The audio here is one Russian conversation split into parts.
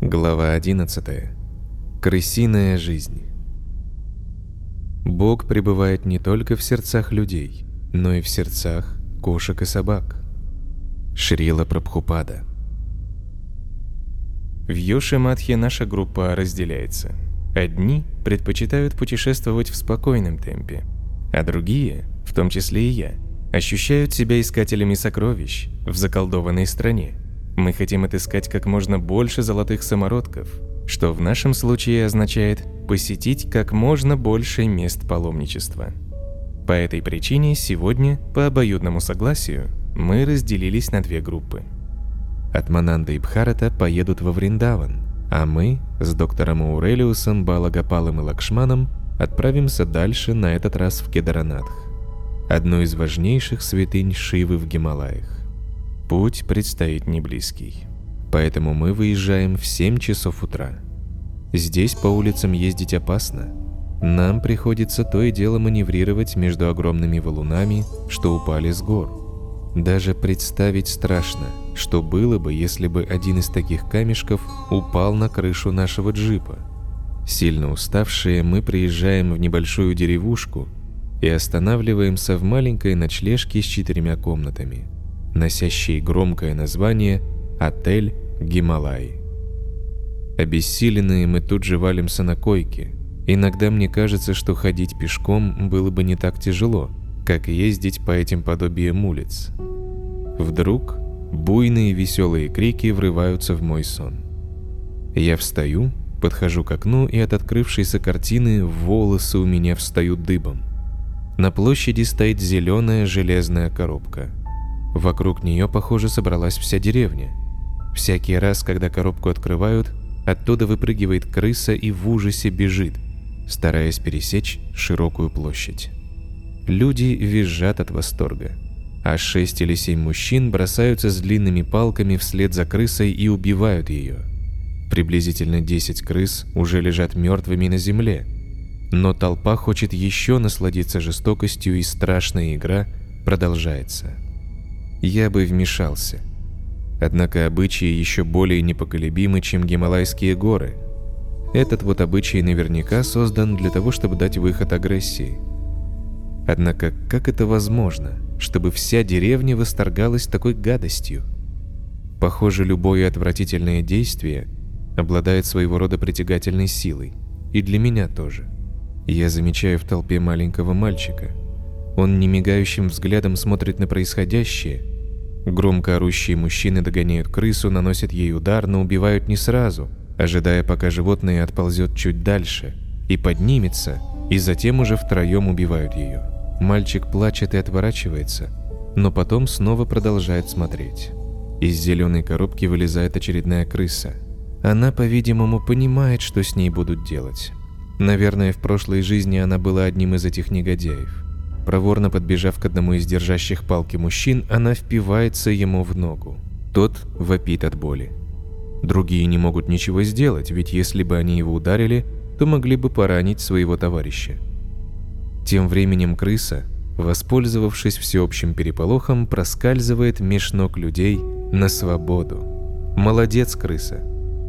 Глава 11. Крысиная жизнь. Бог пребывает не только в сердцах людей, но и в сердцах кошек и собак. Шрила Прабхупада. В Йоши-Матхе наша группа разделяется. Одни предпочитают путешествовать в спокойном темпе, а другие, в том числе и я, ощущают себя искателями сокровищ в заколдованной стране. Мы хотим отыскать как можно больше золотых самородков, что в нашем случае означает посетить как можно больше мест паломничества. По этой причине сегодня, по обоюдному согласию, мы разделились на две группы. Атмананда и Бхарата поедут во Вриндаван, а мы с доктором Аурелиусом, Балагапалом и Лакшманом отправимся дальше, на этот раз в Кедаранатх, одну из важнейших святынь Шивы в Гималаях. Путь предстоит неблизкий, поэтому мы выезжаем в 7 часов утра. Здесь по улицам ездить опасно. Нам приходится то и дело маневрировать между огромными валунами, что упали с гор. Даже представить страшно, что было бы, если бы один из таких камешков упал на крышу нашего джипа. Сильно уставшие, мы приезжаем в небольшую деревушку и останавливаемся в маленькой ночлежке с 4 комнатами, носящей громкое название «Отель Гималай». Обессиленные мы тут же валимся на койке. Иногда мне кажется, что ходить пешком было бы не так тяжело, как ездить по этим подобиям улиц. Вдруг буйные веселые крики врываются в мой сон. Я встаю, подхожу к окну, и от открывшейся картины волосы у меня встают дыбом. На площади стоит зеленая железная коробка. Вокруг нее, похоже, собралась вся деревня. Всякий раз, когда коробку открывают, оттуда выпрыгивает крыса и в ужасе бежит, стараясь пересечь широкую площадь. Люди визжат от восторга, а 6 или 7 мужчин бросаются с длинными палками вслед за крысой и убивают ее. Приблизительно 10 крыс уже лежат мертвыми на земле, но толпа хочет еще насладиться жестокостью, и страшная игра продолжается. Я бы вмешался. Однако обычаи еще более непоколебимы, чем Гималайские горы. Этот вот обычай наверняка создан для того, чтобы дать выход агрессии. Однако как это возможно, чтобы вся деревня восторгалась такой гадостью? Похоже, любое отвратительное действие обладает своего рода притягательной силой. И для меня тоже. Я замечаю в толпе маленького мальчика. Он немигающим взглядом смотрит на происходящее. Громко орущие мужчины догоняют крысу, наносят ей удар, но убивают не сразу, ожидая, пока животное отползет чуть дальше и поднимется, и затем уже втроем убивают ее. Мальчик плачет и отворачивается, но потом снова продолжает смотреть. Из зеленой коробки вылезает очередная крыса. Она, по-видимому, понимает, что с ней будут делать. Наверное, в прошлой жизни она была одним из этих негодяев. Проворно подбежав к одному из держащих палки мужчин, она впивается ему в ногу. Тот вопит от боли. Другие не могут ничего сделать, ведь если бы они его ударили, то могли бы поранить своего товарища. Тем временем крыса, воспользовавшись всеобщим переполохом, проскальзывает меж ног людей на свободу. Молодец, крыса!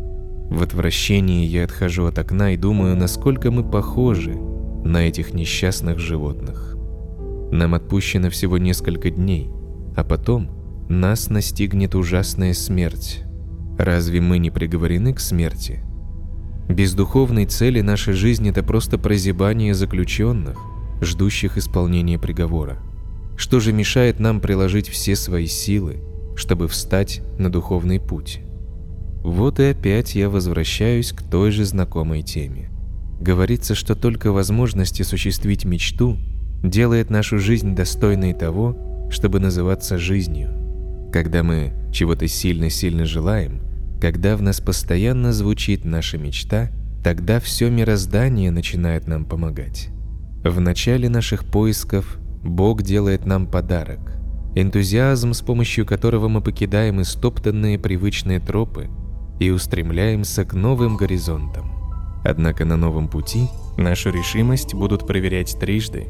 В отвращении я отхожу от окна и думаю, насколько мы похожи на этих несчастных животных. Нам отпущено всего несколько дней, а потом нас настигнет ужасная смерть. Разве мы не приговорены к смерти? Без духовной цели наша жизнь – это просто прозябание заключенных, ждущих исполнения приговора. Что же мешает нам приложить все свои силы, чтобы встать на духовный путь? Вот и опять я возвращаюсь к той же знакомой теме. Говорится, что только возможность осуществить мечту делает нашу жизнь достойной того, чтобы называться жизнью. Когда мы чего-то сильно-сильно желаем, когда в нас постоянно звучит наша мечта, тогда все мироздание начинает нам помогать. В начале наших поисков Бог делает нам подарок, энтузиазм, с помощью которого мы покидаем истоптанные привычные тропы и устремляемся к новым горизонтам. Однако на новом пути нашу решимость будут проверять трижды.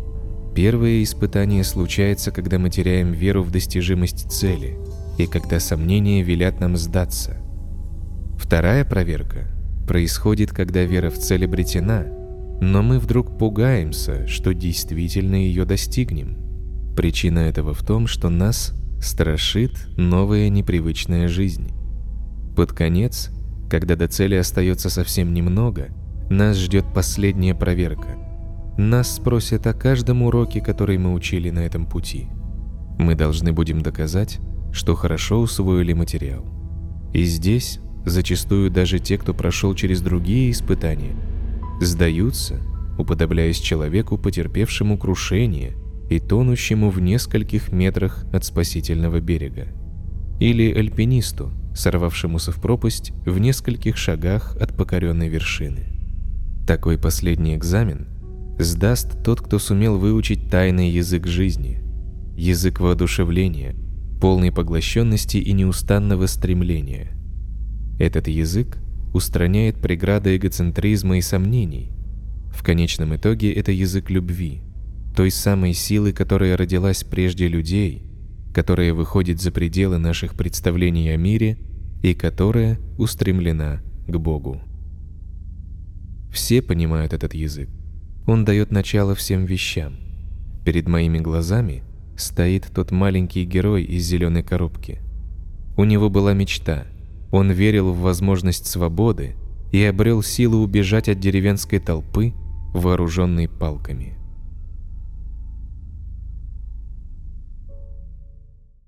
Первое испытание случается, когда мы теряем веру в достижимость цели и когда сомнения велят нам сдаться. Вторая проверка происходит, когда вера в цель обретена, но мы вдруг пугаемся, что действительно ее достигнем. Причина этого в том, что нас страшит новая непривычная жизнь. Под конец, когда до цели остается совсем немного, нас ждет последняя проверка. Нас спросят о каждом уроке, который мы учили на этом пути. Мы должны будем доказать, что хорошо усвоили материал. И здесь зачастую даже те, кто прошел через другие испытания, сдаются, уподобляясь человеку, потерпевшему крушение и тонущему в нескольких метрах от спасительного берега, или альпинисту, сорвавшемуся в пропасть в нескольких шагах от покоренной вершины. Такой последний экзамен сдаст тот, кто сумел выучить тайный язык жизни, язык воодушевления, полной поглощенности и неустанного стремления. Этот язык устраняет преграды эгоцентризма и сомнений. В конечном итоге это язык любви, той самой силы, которая родилась прежде людей, которая выходит за пределы наших представлений о мире и которая устремлена к Богу. Все понимают этот язык. Он дает начало всем вещам. Перед моими глазами стоит тот маленький герой из зеленой коробки. У него была мечта. Он верил в возможность свободы и обрел силу убежать от деревенской толпы, вооруженной палками.